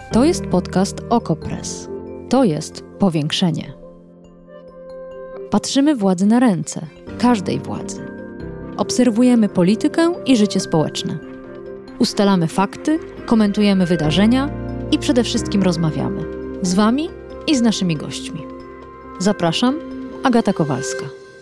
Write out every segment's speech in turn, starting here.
To jest podcast Okopres. To jest powiększenie. Patrzymy władzy na ręce, każdej władzy. Obserwujemy politykę i życie społeczne. Ustalamy fakty, komentujemy wydarzenia i przede wszystkim rozmawiamy. Z Wami i z naszymi gośćmi. Zapraszam, Agata Kowalska.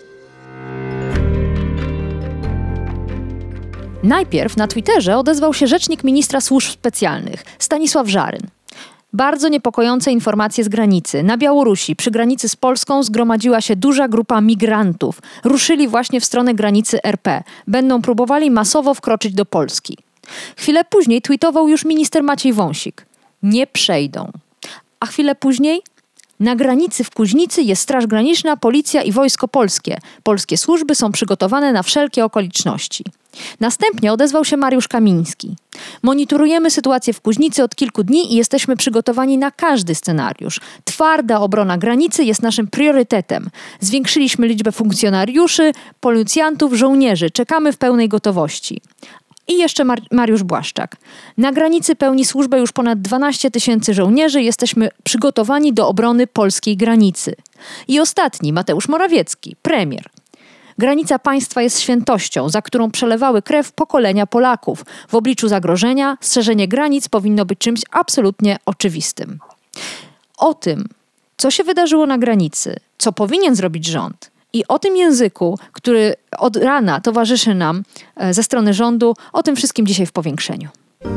Najpierw na Twitterze odezwał się rzecznik ministra służb specjalnych, Stanisław Żaryn. Bardzo niepokojące informacje z granicy. Na Białorusi, przy granicy z Polską, zgromadziła się duża grupa migrantów. Ruszyli właśnie w stronę granicy RP. Będą próbowali masowo wkroczyć do Polski. Chwilę później tweetował już minister Maciej Wąsik. Nie przejdą. A chwilę później? Na granicy w Kuźnicy jest Straż Graniczna, Policja i Wojsko Polskie. Polskie służby są przygotowane na wszelkie okoliczności. Następnie odezwał się Mariusz Kamiński. Monitorujemy sytuację w Kuźnicy od kilku dni i jesteśmy przygotowani na każdy scenariusz. Twarda obrona granicy jest naszym priorytetem. Zwiększyliśmy liczbę funkcjonariuszy, policjantów, żołnierzy. Czekamy w pełnej gotowości. I jeszcze Mariusz Błaszczak. Na granicy pełni służbę już ponad 12 000 żołnierzy. Jesteśmy przygotowani do obrony polskiej granicy. I ostatni, Mateusz Morawiecki, premier. Granica państwa jest świętością, za którą przelewały krew pokolenia Polaków. W obliczu zagrożenia strzeżenie granic powinno być czymś absolutnie oczywistym. O tym, co się wydarzyło na granicy, co powinien zrobić rząd i o tym języku, który od rana towarzyszy nam ze strony rządu, o tym wszystkim dzisiaj w powiększeniu.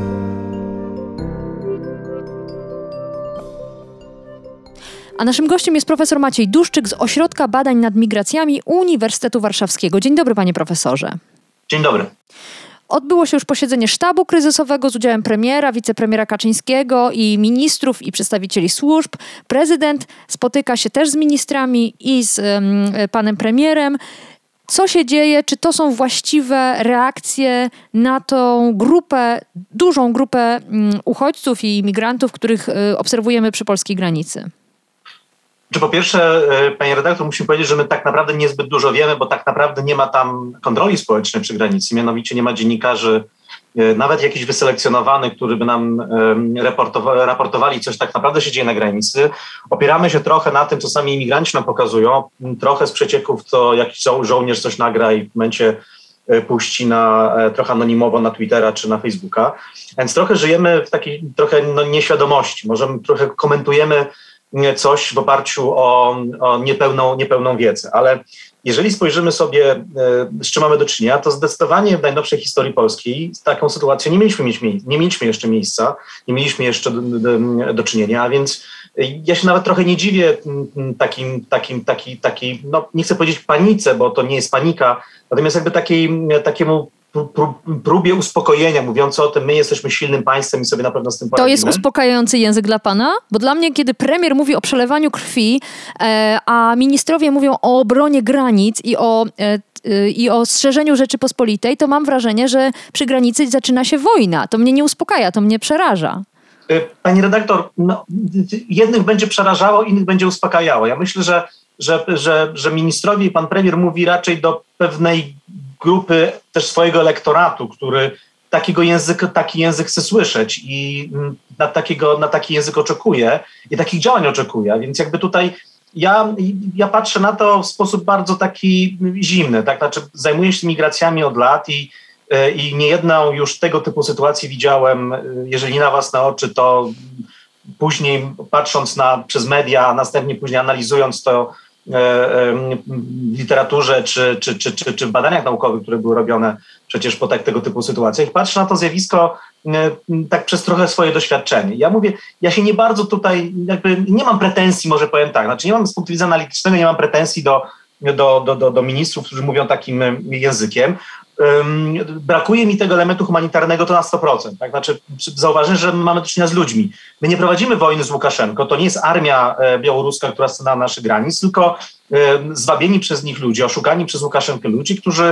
A naszym gościem jest profesor Maciej Duszczyk z Ośrodka Badań nad Migracjami Uniwersytetu Warszawskiego. Dzień dobry, panie profesorze. Dzień dobry. Odbyło się już posiedzenie sztabu kryzysowego z udziałem premiera, wicepremiera Kaczyńskiego i ministrów i przedstawicieli służb. Prezydent spotyka się też z ministrami i z panem premierem. Co się dzieje? Czy to są właściwe reakcje na tą grupę, dużą grupę uchodźców i imigrantów, których obserwujemy przy polskiej granicy? Po pierwsze, panie redaktor, musimy powiedzieć, że my tak naprawdę niezbyt dużo wiemy, bo tak naprawdę nie ma tam kontroli społecznej przy granicy. Mianowicie nie ma dziennikarzy, nawet jakichś wyselekcjonowanych, którzy by nam raportowali, coś tak naprawdę się dzieje na granicy. Opieramy się trochę na tym, co sami imigranci nam pokazują. Trochę z przecieków to jakiś żołnierz coś nagra i w momencie puści trochę anonimowo na Twittera czy na Facebooka. Więc trochę żyjemy w takiej trochę nieświadomości. Możemy trochę komentujemy coś w oparciu o niepełną wiedzę. Ale jeżeli spojrzymy sobie, z czym mamy do czynienia, to zdecydowanie w najnowszej historii polskiej z taką sytuacją nie mieliśmy jeszcze miejsca, nie mieliśmy jeszcze do czynienia, a więc ja się nawet trochę nie dziwię takiej, no nie chcę powiedzieć panice, bo to nie jest panika, natomiast jakby takiemu próbie uspokojenia, mówiąc o tym, my jesteśmy silnym państwem i sobie na pewno z tym poradzimy. To jest uspokajający język dla pana? Bo dla mnie, kiedy premier mówi o przelewaniu krwi, a ministrowie mówią o obronie granic i o strzeżeniu Rzeczypospolitej, to mam wrażenie, że przy granicy zaczyna się wojna. To mnie nie uspokaja, to mnie przeraża. Pani redaktor, jednych będzie przerażało, innych będzie uspokajało. Ja myślę, że ministrowie i pan premier mówi raczej do pewnej grupy też swojego elektoratu, który taki język chce słyszeć i na taki język oczekuje i takich działań oczekuje. A więc jakby tutaj ja patrzę na to w sposób bardzo taki zimny. Tak? Znaczy zajmuję się migracjami od lat i niejedną już tego typu sytuacji widziałem, jeżeli nie na własne oczy, to później patrząc przez media, a następnie później analizując to w literaturze czy w badaniach naukowych, które były robione przecież po tego typu sytuacjach. Patrzę na to zjawisko tak przez trochę swoje doświadczenie. Ja mówię, ja się nie bardzo tutaj jakby nie mam pretensji, może powiem tak, znaczy nie mam z punktu widzenia analitycznego, nie mam pretensji do ministrów, którzy mówią takim językiem. Brakuje mi tego elementu humanitarnego to na 100%. Tak? Znaczy, zauważę, że mamy do czynienia z ludźmi. My nie prowadzimy wojny z Łukaszenką. To nie jest armia białoruska, która stanęła na naszych granic, tylko zwabieni przez nich ludzie, oszukani przez Łukaszenkę ludzie, którzy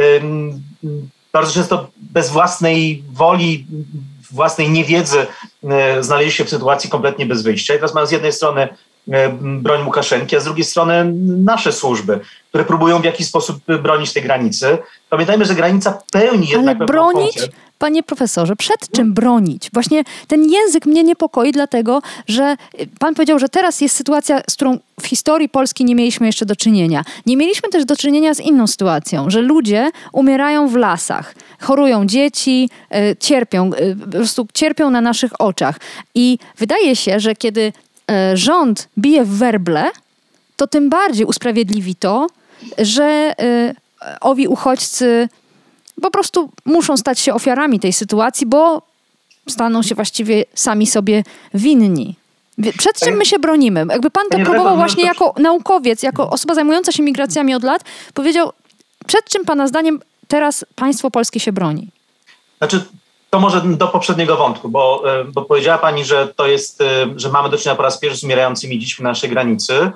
bardzo często bez własnej woli, własnej niewiedzy znaleźli się w sytuacji kompletnie bez wyjścia. I teraz mają z jednej strony broń Łukaszenki, a z drugiej strony nasze służby, które próbują w jakiś sposób bronić tej granicy. Pamiętajmy, że granica pełni jednak pewną funkcję. Panie profesorze, przed czym bronić? Właśnie ten język mnie niepokoi, dlatego, że pan powiedział, że teraz jest sytuacja, z którą w historii Polski nie mieliśmy jeszcze do czynienia. Nie mieliśmy też do czynienia z inną sytuacją, że ludzie umierają w lasach, chorują dzieci, cierpią, po prostu cierpią na naszych oczach. I wydaje się, że kiedy rząd bije w werble, to tym bardziej usprawiedliwi to, że owi uchodźcy po prostu muszą stać się ofiarami tej sytuacji, bo staną się właściwie sami sobie winni. Przed czym my się bronimy? Jakby pan to próbował właśnie jako naukowiec, jako osoba zajmująca się migracjami od lat, powiedział, przed czym pana zdaniem teraz państwo polskie się broni? Znaczy, to może do poprzedniego wątku, bo powiedziała pani, że to jest, że mamy do czynienia po raz pierwszy z umierającymi dziećmi na naszej granicy.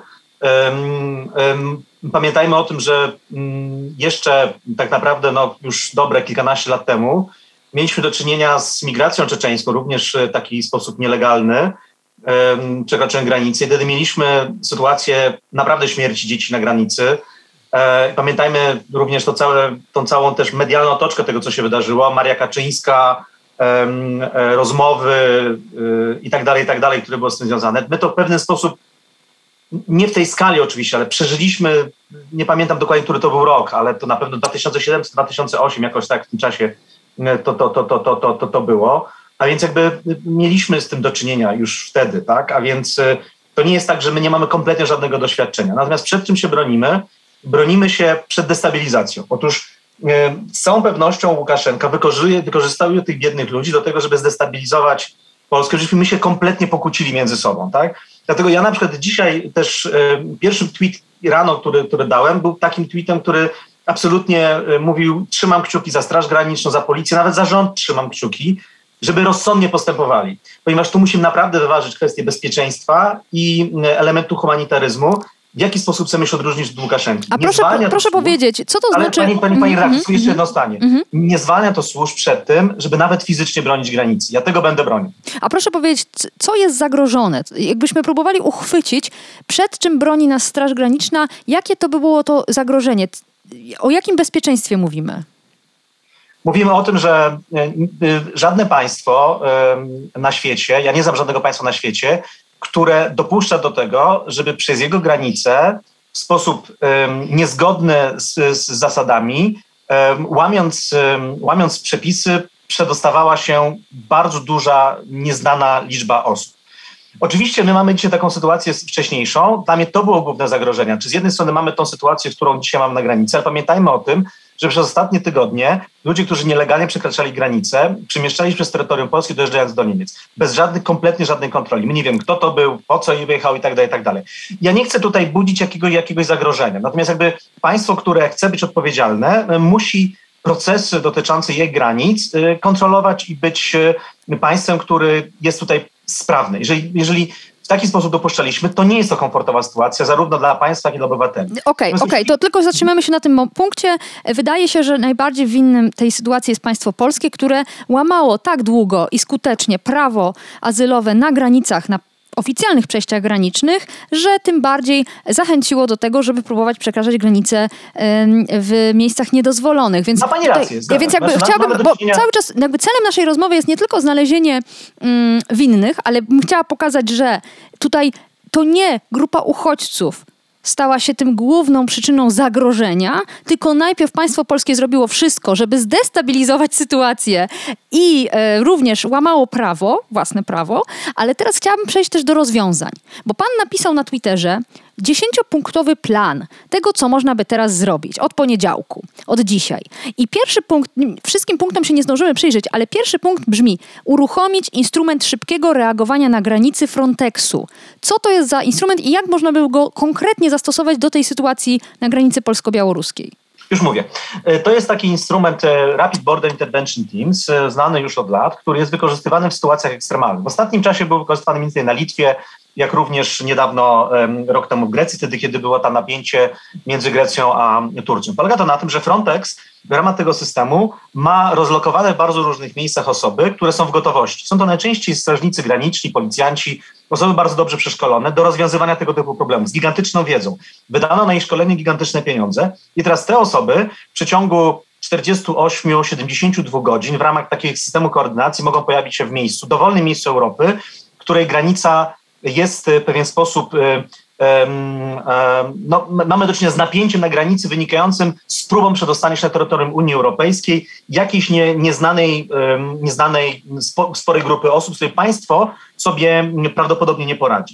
Pamiętajmy o tym, że jeszcze tak naprawdę już dobre kilkanaście lat temu mieliśmy do czynienia z migracją czeczeńską, również w taki sposób nielegalny, przekroczyłem granicę. Wtedy mieliśmy sytuację naprawdę śmierci dzieci na granicy. Pamiętajmy również tą całą też medialną otoczkę tego, co się wydarzyło. Maria Kaczyńska, rozmowy i tak dalej, które były z tym związane. My to w pewien sposób, nie w tej skali oczywiście, ale przeżyliśmy, nie pamiętam dokładnie, który to był rok, ale to na pewno 2007-2008, jakoś tak w tym czasie to było. A więc jakby mieliśmy z tym do czynienia już wtedy, tak? A więc to nie jest tak, że my nie mamy kompletnie żadnego doświadczenia. Natomiast przed czym się bronimy? Bronimy się przed destabilizacją. Otóż z całą pewnością Łukaszenka wykorzystał tych biednych ludzi do tego, żeby zdestabilizować Polskę, żeśmy my się kompletnie pokłócili między sobą, tak? Dlatego ja na przykład dzisiaj też pierwszy tweet rano, który dałem, był takim tweetem, który absolutnie mówił, trzymam kciuki za Straż Graniczną, za policję, nawet za rząd trzymam kciuki, żeby rozsądnie postępowali. Ponieważ tu musimy naprawdę wyważyć kwestię bezpieczeństwa i elementu humanitaryzmu. W jaki sposób chcemy się odróżnić od Łukaszenki? A proszę powiedzieć, co to znaczy... Pani redaktor, jeszcze jedno zdanie. Nie zwalnia to służb przed tym, żeby nawet fizycznie bronić granicy. Ja tego będę bronił. A proszę powiedzieć, co jest zagrożone? Jakbyśmy próbowali uchwycić, przed czym broni nas Straż Graniczna, jakie to by było to zagrożenie? O jakim bezpieczeństwie mówimy? Mówimy o tym, że żadne państwo na świecie, ja nie znam żadnego państwa na świecie, które dopuszcza do tego, żeby przez jego granice w sposób niezgodny z zasadami, łamiąc przepisy, przedostawała się bardzo duża, nieznana liczba osób. Oczywiście my mamy dzisiaj taką sytuację wcześniejszą, dla mnie to było główne zagrożenie. Czy z jednej strony mamy tą sytuację, którą dzisiaj mamy na granicy, ale pamiętajmy o tym, że przez ostatnie tygodnie ludzie, którzy nielegalnie przekraczali granicę, przemieszczali się przez terytorium Polski, dojeżdżając do Niemiec. Bez kompletnie żadnej kontroli. My nie wiem, kto to był, po co wyjechał i tak dalej, i tak dalej. Ja nie chcę tutaj budzić jakiegoś zagrożenia. Natomiast jakby państwo, które chce być odpowiedzialne, musi procesy dotyczące jej granic kontrolować i być państwem, który jest tutaj sprawny. Jeżeli w taki sposób dopuszczaliśmy, to nie jest to komfortowa sytuacja, zarówno dla państwa, jak i dla obywateli. Okej, to tylko zatrzymamy się na tym punkcie. Wydaje się, że najbardziej winnym tej sytuacji jest państwo polskie, które łamało tak długo i skutecznie prawo azylowe na granicach, na oficjalnych przejściach granicznych, że tym bardziej zachęciło do tego, żeby próbować przekraczać granice w miejscach niedozwolonych. Więc ma pani rację. Więc jakby chciałabym, bo cały czas jakby celem naszej rozmowy jest nie tylko znalezienie winnych, ale bym chciała pokazać, że tutaj to nie grupa uchodźców stała się tym główną przyczyną zagrożenia, tylko najpierw państwo polskie zrobiło wszystko, żeby zdestabilizować sytuację i również łamało prawo, własne prawo, ale teraz chciałabym przejść też do rozwiązań, bo pan napisał na Twitterze 10-punktowy plan tego, co można by teraz zrobić od poniedziałku, od dzisiaj. I pierwszy punkt, wszystkim punktom się nie zdążymy przyjrzeć, ale pierwszy punkt brzmi: uruchomić instrument szybkiego reagowania na granicy Frontexu. Co to jest za instrument i jak można by go konkretnie zastosować do tej sytuacji na granicy polsko-białoruskiej? Już mówię. To jest taki instrument Rapid Border Intervention Teams, znany już od lat, który jest wykorzystywany w sytuacjach ekstremalnych. W ostatnim czasie był wykorzystywany m.in. na Litwie, jak również niedawno, rok temu w Grecji, wtedy kiedy było tam napięcie między Grecją a Turcją. Polega to na tym, że Frontex w ramach tego systemu ma rozlokowane w bardzo różnych miejscach osoby, które są w gotowości. Są to najczęściej strażnicy graniczni, policjanci, osoby bardzo dobrze przeszkolone do rozwiązywania tego typu problemów, z gigantyczną wiedzą. Wydano na ich szkolenie gigantyczne pieniądze i teraz te osoby w przeciągu 48-72 godzin w ramach takiego systemu koordynacji mogą pojawić się w miejscu, dowolnym miejscu Europy, której granica jest w pewien sposób, mamy do czynienia z napięciem na granicy wynikającym z próbą przedostania się na terytorium Unii Europejskiej jakiejś nieznanej sporej grupy osób, z której państwo sobie prawdopodobnie nie poradzi.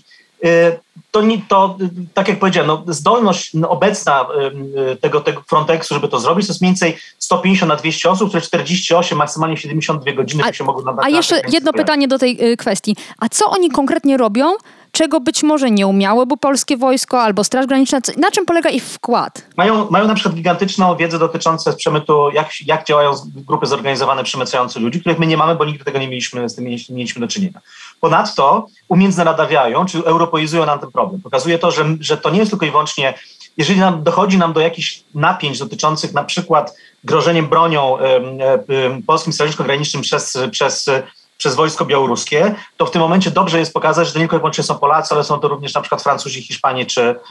Tak jak powiedziałem, zdolność obecna tego Frontexu, żeby to zrobić, to jest mniej więcej 150 na 200 osób, które 48, maksymalnie 72 godziny się mogą nadać. A jeszcze jedno pytanie do tej kwestii. A co oni konkretnie robią, czego być może nie umiałyby polskie wojsko albo Straż Graniczna? Na czym polega ich wkład? Mają na przykład gigantyczną wiedzę dotyczącą przemytu, jak działają grupy zorganizowane przemycające ludzi, których my nie mamy, bo nigdy tego nie mieliśmy, z tym nie mieliśmy do czynienia. Ponadto umiędzynarodawiają, czy europeizują nam ten problem. Pokazuje to, że to nie jest tylko i wyłącznie, jeżeli dochodzi nam do jakichś napięć dotyczących na przykład grożeniem bronią polskim strażnikom granicznym przez wojsko białoruskie, to w tym momencie dobrze jest pokazać, że to nie tylko i wyłącznie są Polacy, ale są to również na przykład Francuzi, Hiszpanie,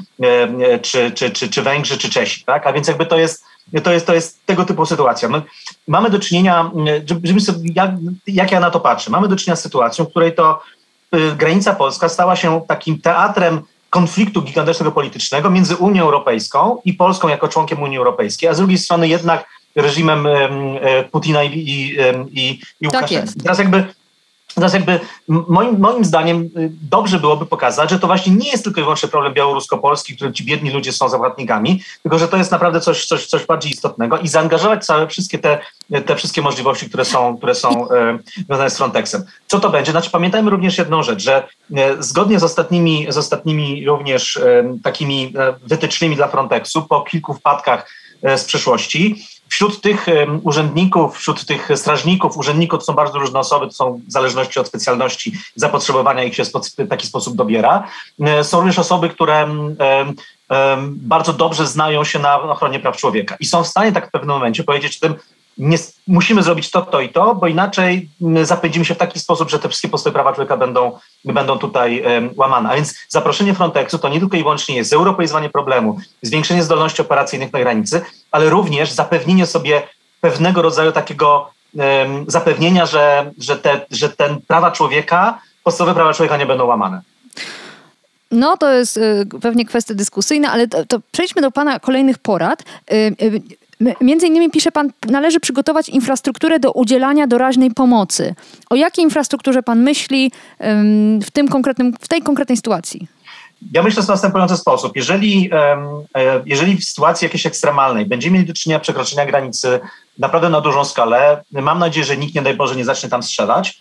czy Węgrzy, czy Czesi. Tak? A więc jakby to jest tego typu sytuacja. My mamy do czynienia, jak ja na to patrzę, mamy do czynienia z sytuacją, w której to granica polska stała się takim teatrem konfliktu gigantycznego politycznego między Unią Europejską i Polską jako członkiem Unii Europejskiej, a z drugiej strony jednak reżimem Putina i Łukaszenki. Teraz jakby moim zdaniem dobrze byłoby pokazać, że to właśnie nie jest tylko i wyłącznie problem białorusko-polski, w którym ci biedni ludzie są zawodnikami, tylko że to jest naprawdę coś bardziej istotnego i zaangażować te wszystkie możliwości, które są związane z Frontexem. Co to będzie? Znaczy pamiętajmy również jedną rzecz, że zgodnie z ostatnimi również takimi wytycznymi dla Frontexu po kilku wpadkach z przeszłości, wśród tych urzędników, wśród tych strażników, urzędników to są bardzo różne osoby, to są w zależności od specjalności zapotrzebowania, ich się w taki sposób dobiera. Są również osoby, które bardzo dobrze znają się na ochronie praw człowieka i są w stanie tak w pewnym momencie powiedzieć tym, musimy zrobić to i to, bo inaczej zapędzimy się w taki sposób, że te wszystkie podstawy prawa człowieka będą tutaj łamane. A więc zaproszenie Frontexu to nie tylko i wyłącznie jest zeuropeizowanie problemu, zwiększenie zdolności operacyjnych na granicy, ale również zapewnienie sobie pewnego rodzaju takiego zapewnienia, że ten prawa człowieka, podstawowe prawa człowieka nie będą łamane. No to jest pewnie kwestia dyskusyjna, ale to przejdźmy do pana kolejnych porad. Między innymi pisze pan, należy przygotować infrastrukturę do udzielania doraźnej pomocy. O jakiej infrastrukturze pan myśli w tej konkretnej sytuacji? Ja myślę w następujący sposób. Jeżeli w sytuacji jakiejś ekstremalnej będziemy mieli do czynienia przekroczenia granicy naprawdę na dużą skalę, mam nadzieję, że nikt, nie daj Boże, nie zacznie tam strzelać,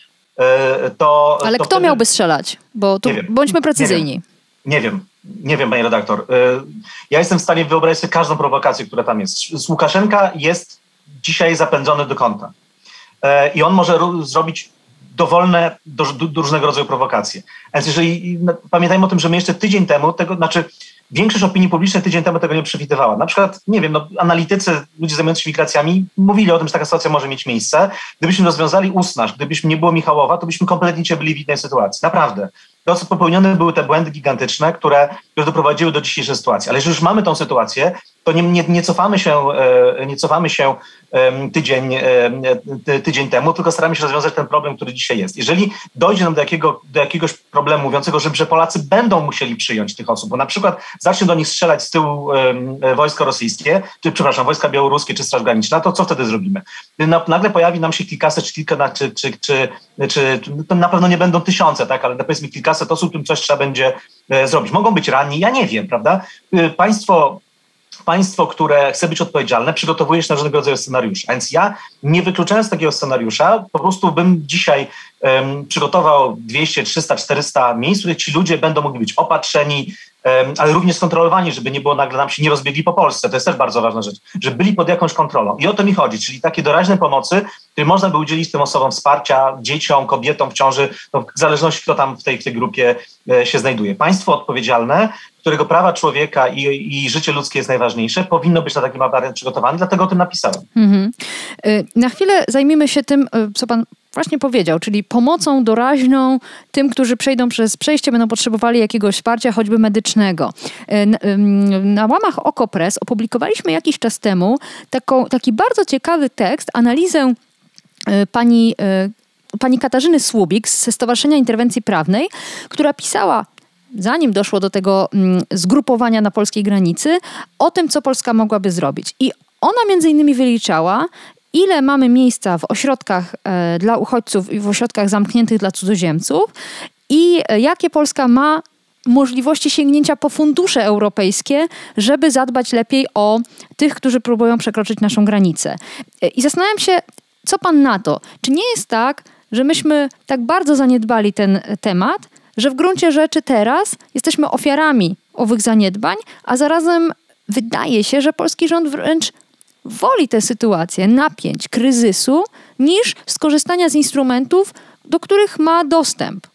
Ale kto miałby strzelać? Bo tu bądźmy precyzyjni. Nie wiem, panie redaktor. Ja jestem w stanie wyobrazić sobie każdą prowokację, która tam jest. Łukaszenka jest dzisiaj zapędzony do kąta. I on może zrobić dowolne, różnego rodzaju prowokacje. A więc pamiętajmy o tym, że my jeszcze tydzień temu większość opinii publicznej tydzień temu tego nie przewidywała. Na przykład, analitycy, ludzie zajmujący się migracjami mówili o tym, że taka sytuacja może mieć miejsce. Gdybyśmy rozwiązali Usnarz, gdybyśmy nie było Michałowa, to byśmy kompletnie byli w innej sytuacji. Naprawdę. To, co popełnione były te błędy gigantyczne, które doprowadziły do dzisiejszej sytuacji. Ale jeżeli już mamy tą sytuację, to nie cofamy się tydzień temu, tylko staramy się rozwiązać ten problem, który dzisiaj jest. Jeżeli dojdzie nam do jakiegoś problemu mówiącego, że Polacy będą musieli przyjąć tych osób, bo na przykład zacznie do nich strzelać z tyłu wojsko rosyjskie, wojska białoruskie czy Straż Graniczna, to co wtedy zrobimy? Nagle pojawi nam się kilkaset czy to na pewno nie będą tysiące, tak, ale powiedzmy kilkaset osób, którym coś trzeba będzie zrobić. Mogą być ranni, ja nie wiem, prawda? Państwo, które chce być odpowiedzialne, przygotowuje się na różnego rodzaju scenariusze. A więc ja, nie wykluczając takiego scenariusza, po prostu bym dzisiaj przygotował 200, 300, 400 miejsc, w których ci ludzie będą mogli być opatrzeni, ale również skontrolowani, żeby nie było nagle nam się nie rozbiegli po Polsce. To jest też bardzo ważna rzecz, żeby byli pod jakąś kontrolą. I o to mi chodzi, czyli takie doraźne pomocy, której można by udzielić tym osobom wsparcia, dzieciom, kobietom w ciąży, w zależności kto tam w tej grupie się znajduje. Państwo odpowiedzialne, którego prawa człowieka i życie ludzkie jest najważniejsze, powinno być na taki wariant przygotowane, dlatego o tym napisałem. Na chwilę zajmijmy się tym, co pan właśnie powiedział, czyli pomocą doraźną tym, którzy przejdą przez przejście, będą potrzebowali jakiegoś wsparcia, choćby medycznego. Na łamach OKO.press opublikowaliśmy jakiś czas temu taki bardzo ciekawy tekst, analizę pani Katarzyny Słubik ze Stowarzyszenia Interwencji Prawnej, która pisała, zanim doszło do tego zgrupowania na polskiej granicy, o tym, co Polska mogłaby zrobić. I ona między innymi wyliczała, ile mamy miejsca w ośrodkach dla uchodźców i w ośrodkach zamkniętych dla cudzoziemców i jakie Polska ma możliwości sięgnięcia po fundusze europejskie, żeby zadbać lepiej o tych, którzy próbują przekroczyć naszą granicę. I zastanawiam się, co pan na to? Czy nie jest tak, że myśmy tak bardzo zaniedbali ten temat, że w gruncie rzeczy teraz jesteśmy ofiarami owych zaniedbań, a zarazem wydaje się, że polski rząd wręcz woli tę sytuację napięć, kryzysu, niż skorzystania z instrumentów, do których ma dostęp,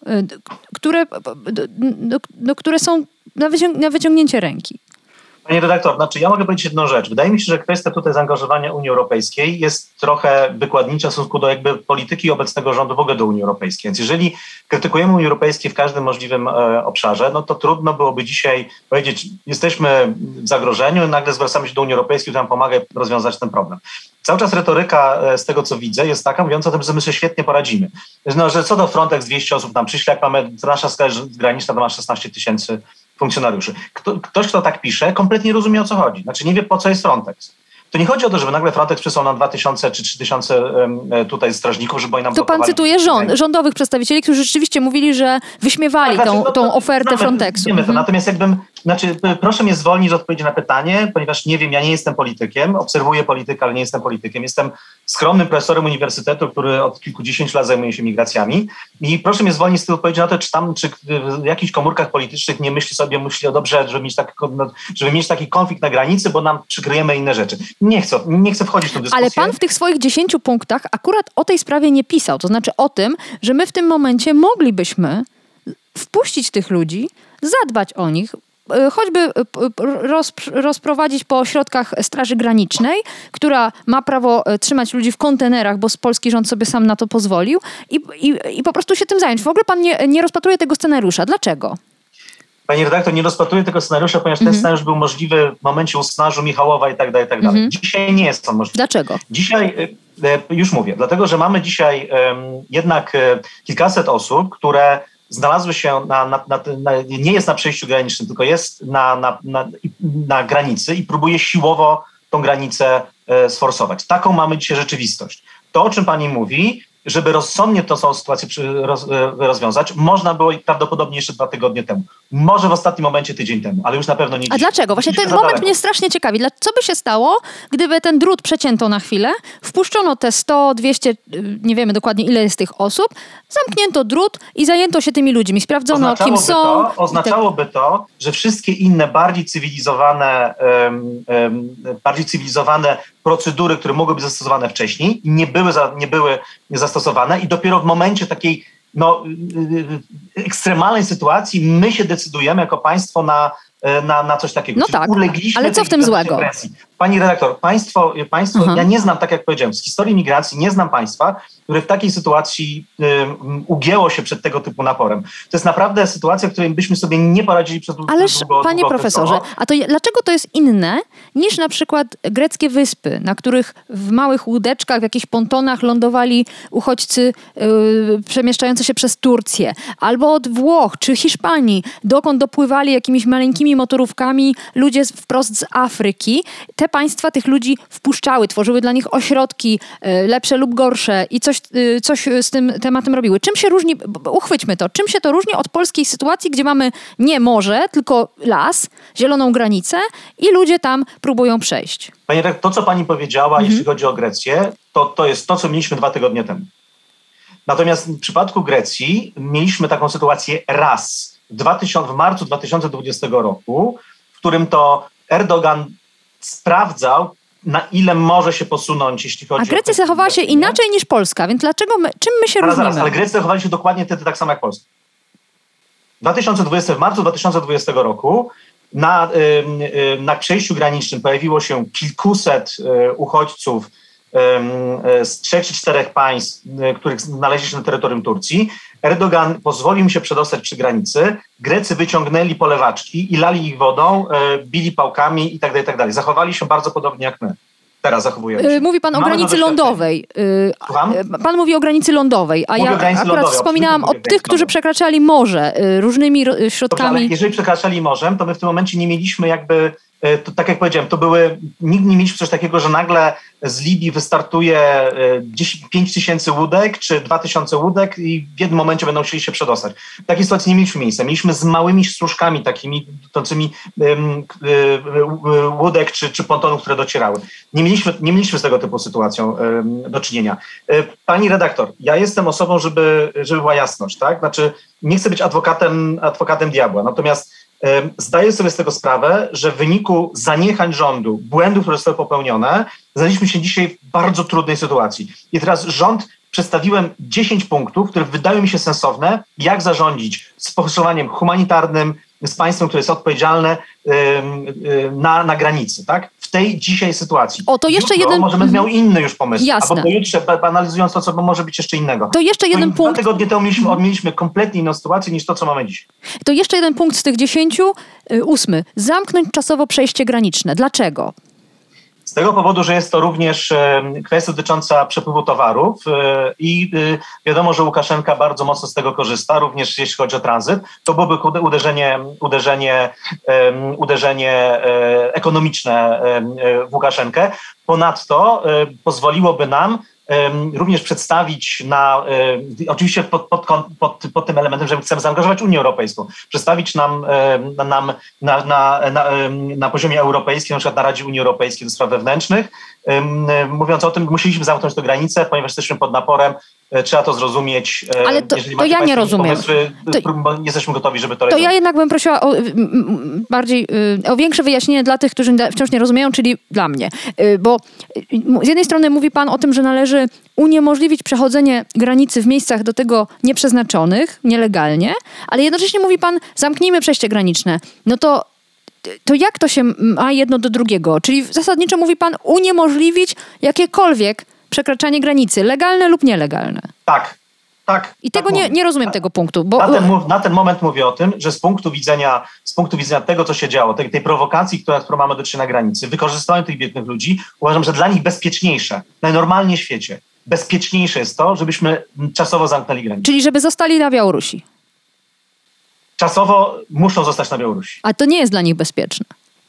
które są na wyciągnięcie ręki. Panie redaktor, ja mogę powiedzieć jedną rzecz. Wydaje mi się, że kwestia tutaj zaangażowania Unii Europejskiej jest trochę wykładnicza w stosunku do jakby polityki obecnego rządu w ogóle do Unii Europejskiej. Więc jeżeli krytykujemy Unię Europejską w każdym możliwym obszarze, no to trudno byłoby dzisiaj powiedzieć, jesteśmy w zagrożeniu i nagle zwracamy się do Unii Europejskiej, która nam pomaga rozwiązać ten problem. Cały czas retoryka z tego, co widzę, jest taka, mówiąca o tym, że my sobie świetnie poradzimy. No, że co do Frontex 200 osób nam przyśle, jak mamy, nasza skala graniczna to ma 16 000 funkcjonariuszy. Ktoś, kto tak pisze, kompletnie rozumie, o co chodzi. Znaczy nie wie, po co jest Frontex. To nie chodzi o to, żeby nagle Frontex przysłał nam 2000 czy 3000 tutaj strażników, żeby oni nam blokowali. To pan cytuje rządowych przedstawicieli, którzy rzeczywiście mówili, że wyśmiewali tą ofertę Frontexu. Wiemy to. Natomiast proszę mnie zwolnić z odpowiedzi na pytanie, ponieważ nie wiem, ja nie jestem politykiem, obserwuję politykę, ale nie jestem politykiem. Jestem skromnym profesorem uniwersytetu, który od kilkudziesięciu lat zajmuje się migracjami i proszę mnie zwolnić z tej odpowiedzi na to, czy w jakichś komórkach politycznych nie myśli o dobrze, żeby mieć taki konflikt na granicy, bo nam przykryjemy inne rzeczy. Nie chcę wchodzić w tę dyskusję. Ale pan w tych swoich 10 punktach akurat o tej sprawie nie pisał. To znaczy o tym, że my w tym momencie moglibyśmy wpuścić tych ludzi, zadbać o nich, choćby rozprowadzić po ośrodkach Straży Granicznej, która ma prawo trzymać ludzi w kontenerach, bo polski rząd sobie sam na to pozwolił i po prostu się tym zająć. W ogóle pan nie rozpatruje tego scenariusza. Dlaczego? Pani redaktor, nie rozpatruję tego scenariusza, ponieważ ten scenariusz był możliwy w momencie usnażu Michałowa i tak dalej. Dzisiaj nie jest on możliwy. Dlaczego? Dzisiaj, już mówię, dlatego, że mamy dzisiaj jednak kilkaset osób, które znalazły się nie jest na przejściu granicznym, tylko jest na granicy i próbuje siłowo tą granicę sforsować. Taką mamy dzisiaj rzeczywistość. To, o czym pani mówi, żeby rozsądnie tą sytuację rozwiązać, można było i prawdopodobnie jeszcze 2 tygodnie temu. Może w ostatnim momencie tydzień temu, ale już na pewno nie dzisiaj. A dlaczego? Właśnie ten moment mnie strasznie ciekawi. Co by się stało, gdyby ten drut przecięto na chwilę, wpuszczono te 100, 200, nie wiemy dokładnie ile jest tych osób, zamknięto drut i zajęto się tymi ludźmi. Sprawdzono, kim są. Oznaczałoby to, że wszystkie inne bardziej cywilizowane procedury, które mogły być zastosowane wcześniej, nie były zastosowane i dopiero w momencie takiej ekstremalnej sytuacji my się decydujemy jako państwo na coś takiego. No tak, ale co w tym złego? Agresji. Pani redaktor, państwo ja nie znam, tak jak powiedziałem, z historii migracji nie znam państwa, które w takiej sytuacji ugięło się przed tego typu naporem. To jest naprawdę sytuacja, w której byśmy sobie nie poradzili przez długo. Ależ, panie profesorze, a to dlaczego to jest inne niż na przykład greckie wyspy, na których w małych łódeczkach, w jakichś pontonach lądowali uchodźcy przemieszczający się przez Turcję, albo od Włoch czy Hiszpanii, dokąd dopływali jakimiś maleńkimi motorówkami ludzie wprost z Afryki. Te państwa tych ludzi wpuszczały, tworzyły dla nich ośrodki lepsze lub gorsze i coś z tym tematem robiły. Czym się różni, uchwyćmy to, czym się to różni od polskiej sytuacji, gdzie mamy nie morze, tylko las, zieloną granicę i ludzie tam próbują przejść? Pani redaktor, to co pani powiedziała, jeśli chodzi o Grecję, to jest to, co mieliśmy 2 tygodnie temu. Natomiast w przypadku Grecji mieliśmy taką sytuację raz w marcu 2020 roku, w którym to Erdogan sprawdzał, na ile może się posunąć, jeśli chodzi o... A Grecja zachowała się inaczej niż Polska, więc czym my się różnimy? Ale Grecy zachowali się dokładnie wtedy tak samo jak Polska. W marcu 2020 roku na przejściu granicznym pojawiło się kilkuset uchodźców z 3 czy 4 państw, których znaleźli się na terytorium Turcji. Erdogan pozwolił im się przedostać przy granicy. Grecy wyciągnęli polewaczki i lali ich wodą, bili pałkami i tak dalej. Zachowali się bardzo podobnie jak my. Teraz zachowujemy się. Mówi pan o granicy lądowej. Pan mówi o granicy lądowej, a ja akurat wspominałam o tych, którzy przekraczali morze różnymi środkami. Dobrze, ale jeżeli przekraczali morzem, to my w tym momencie nie mieliśmy jakby, to, tak jak powiedziałem, nigdy nie mieliśmy coś takiego, że nagle z Libii wystartuje 5 tysięcy łódek czy 2000 łódek i w jednym momencie będą chcieli się przedostać. W takiej sytuacji nie mieliśmy miejsca. Mieliśmy z małymi stróżkami takimi dotyczącymi łódek czy pontonów, które docierały. Nie mieliśmy z tego typu sytuacją do czynienia. Pani redaktor, ja jestem osobą, żeby była jasność, tak? Znaczy, nie chcę być adwokatem diabła, natomiast zdaję sobie z tego sprawę, że w wyniku zaniechań rządu, błędów, które zostały popełnione, znaleźliśmy się dzisiaj w bardzo trudnej sytuacji. I teraz przedstawiłem 10 punktów, które wydają mi się sensowne, jak zarządzić z postosowaniem humanitarnym, z państwem, które jest odpowiedzialne na granicy, tak? W tej dzisiaj sytuacji. To jeszcze jeden... Może będę miał inny już pomysł. Jasne. Albo pojutrze, analizując to, co może być jeszcze innego. To jeszcze jeden punkt. 2 tygodnie temu mieliśmy kompletnie inną sytuację niż to, co mamy dzisiaj. To jeszcze jeden punkt z tych 10. 8. Zamknąć czasowo przejście graniczne. Dlaczego? Z tego powodu, że jest to również kwestia dotycząca przepływu towarów i wiadomo, że Łukaszenka bardzo mocno z tego korzysta, również jeśli chodzi o tranzyt. To byłoby uderzenie ekonomiczne w Łukaszenkę. Ponadto pozwoliłoby nam również przedstawić oczywiście pod tym elementem, że chcemy zaangażować Unię Europejską, przedstawić nam na poziomie europejskim, na przykład na Radzie Unii Europejskiej do spraw wewnętrznych, mówiąc o tym, musieliśmy zamknąć tę granicę, ponieważ jesteśmy pod naporem, trzeba to zrozumieć. Ale to ja nie rozumiem. Pomysły, jesteśmy gotowi, żeby to realizować. To ja jednak bym prosiła o większe wyjaśnienie dla tych, którzy wciąż nie rozumieją, czyli dla mnie. Bo z jednej strony mówi pan o tym, że należy uniemożliwić przechodzenie granicy w miejscach do tego nieprzeznaczonych, nielegalnie, ale jednocześnie mówi pan, zamknijmy przejście graniczne. No to jak to się ma jedno do drugiego? Czyli zasadniczo mówi pan uniemożliwić jakiekolwiek przekraczanie granicy, legalne lub nielegalne. Tak. I tego nie rozumiem tego punktu. Bo... Na ten moment mówię o tym, że z punktu widzenia tego, co się działo, tej prowokacji, którą mamy do czynienia na granicy, wykorzystania tych biednych ludzi, uważam, że dla nich bezpieczniejsze, najnormalniej w świecie, bezpieczniejsze jest to, żebyśmy czasowo zamknęli granicę. Czyli żeby zostali na Białorusi. Czasowo muszą zostać na Białorusi. A to nie jest dla nich bezpieczne.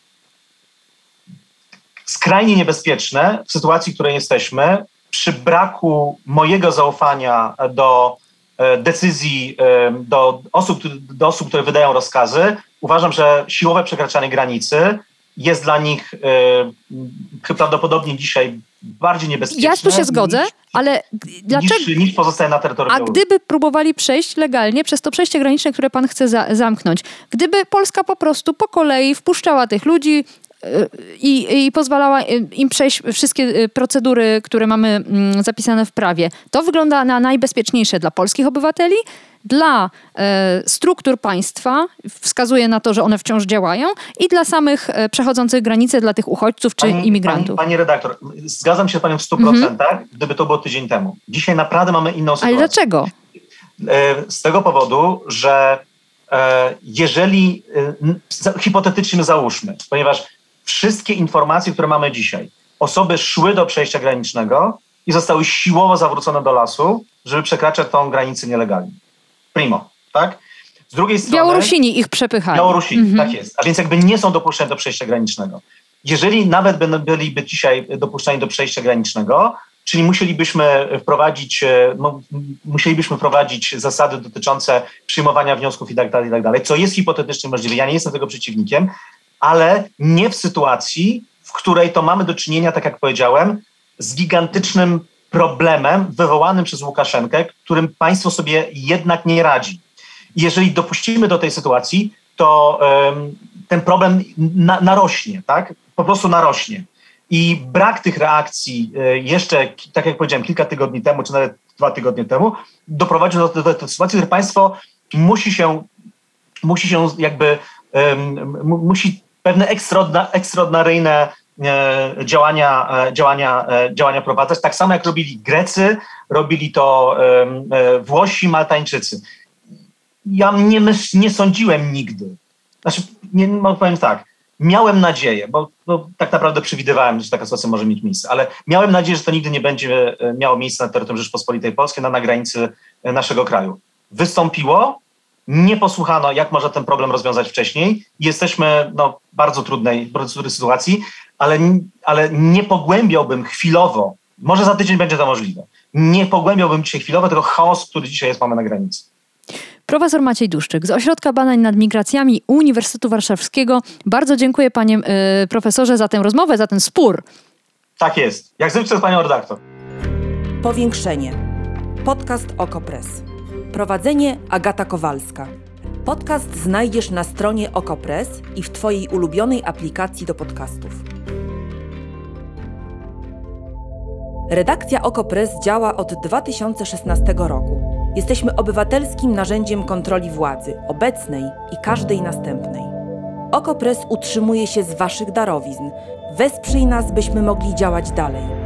Skrajnie niebezpieczne w sytuacji, w której jesteśmy, przy braku mojego zaufania do decyzji, do osób, które wydają rozkazy, uważam, że siłowe przekraczanie granicy jest dla nich prawdopodobnie dzisiaj bardziej niebezpieczne. Ja tu się zgodzę, ale dlaczego? Niż pozostaje na terytorium Białorusi. A gdyby próbowali przejść legalnie przez to przejście graniczne, które pan chce zamknąć, gdyby Polska po prostu po kolei wpuszczała tych ludzi i pozwalała im przejść wszystkie procedury, które mamy zapisane w prawie, to wygląda na najbezpieczniejsze dla polskich obywateli, dla struktur państwa, wskazuje na to, że one wciąż działają, i dla samych przechodzących granice, dla tych uchodźców czy imigrantów. Pani redaktor, zgadzam się z panią w 100%, gdyby to było tydzień temu. Dzisiaj naprawdę mamy inną sytuację. Ale dlaczego? Z tego powodu, że jeżeli hipotetycznie załóżmy, ponieważ wszystkie informacje, które mamy dzisiaj, osoby szły do przejścia granicznego i zostały siłowo zawrócone do lasu, żeby przekraczać tą granicę nielegalnie. Primo, tak? Z drugiej strony... Białorusini ich przepychali. Białorusini, tak jest. A więc jakby nie są dopuszczeni do przejścia granicznego. Jeżeli nawet byliby dzisiaj dopuszczeni do przejścia granicznego, czyli musielibyśmy wprowadzić zasady dotyczące przyjmowania wniosków i tak dalej, co jest hipotetycznie możliwe. Ja nie jestem tego przeciwnikiem, ale nie w sytuacji, w której to mamy do czynienia, tak jak powiedziałem, z gigantycznym problemem wywołanym przez Łukaszenkę, którym państwo sobie jednak nie radzi. I jeżeli dopuścimy do tej sytuacji, to ten problem narośnie, tak? Po prostu narośnie. I brak tych reakcji jeszcze, tak jak powiedziałem, kilka tygodni temu, czy nawet 2 tygodnie temu, doprowadził do sytuacji, w której państwo musi pewne ekstraordynaryjne działania prowadzać. Tak samo jak robili Grecy, robili to Włosi, Maltańczycy. Ja nie sądziłem nigdy. Znaczy, powiem tak, miałem nadzieję, bo tak naprawdę przewidywałem, że taka sytuacja może mieć miejsce, ale miałem nadzieję, że to nigdy nie będzie miało miejsca na terytorium Rzeczypospolitej Polskiej, na granicy naszego kraju. Wystąpiło, nie posłuchano, jak można ten problem rozwiązać wcześniej. Jesteśmy w bardzo trudnej sytuacji, ale nie pogłębiałbym chwilowo, może za tydzień będzie to możliwe, nie pogłębiałbym dzisiaj chwilowo tego chaosu, który dzisiaj mamy na granicy. Profesor Maciej Duszczyk z Ośrodka Badań nad Migracjami Uniwersytetu Warszawskiego. Bardzo dziękuję panie profesorze za tę rozmowę, za ten spór. Tak jest. Jak zwykle z panią redaktor. Powiększenie. Podcast OKO.press. Prowadzenie Agata Kowalska. Podcast znajdziesz na stronie OKO.press i w twojej ulubionej aplikacji do podcastów. Redakcja OKO.press działa od 2016 roku. Jesteśmy obywatelskim narzędziem kontroli władzy, obecnej i każdej następnej. OKO.press utrzymuje się z waszych darowizn. Wesprzyj nas, byśmy mogli działać dalej.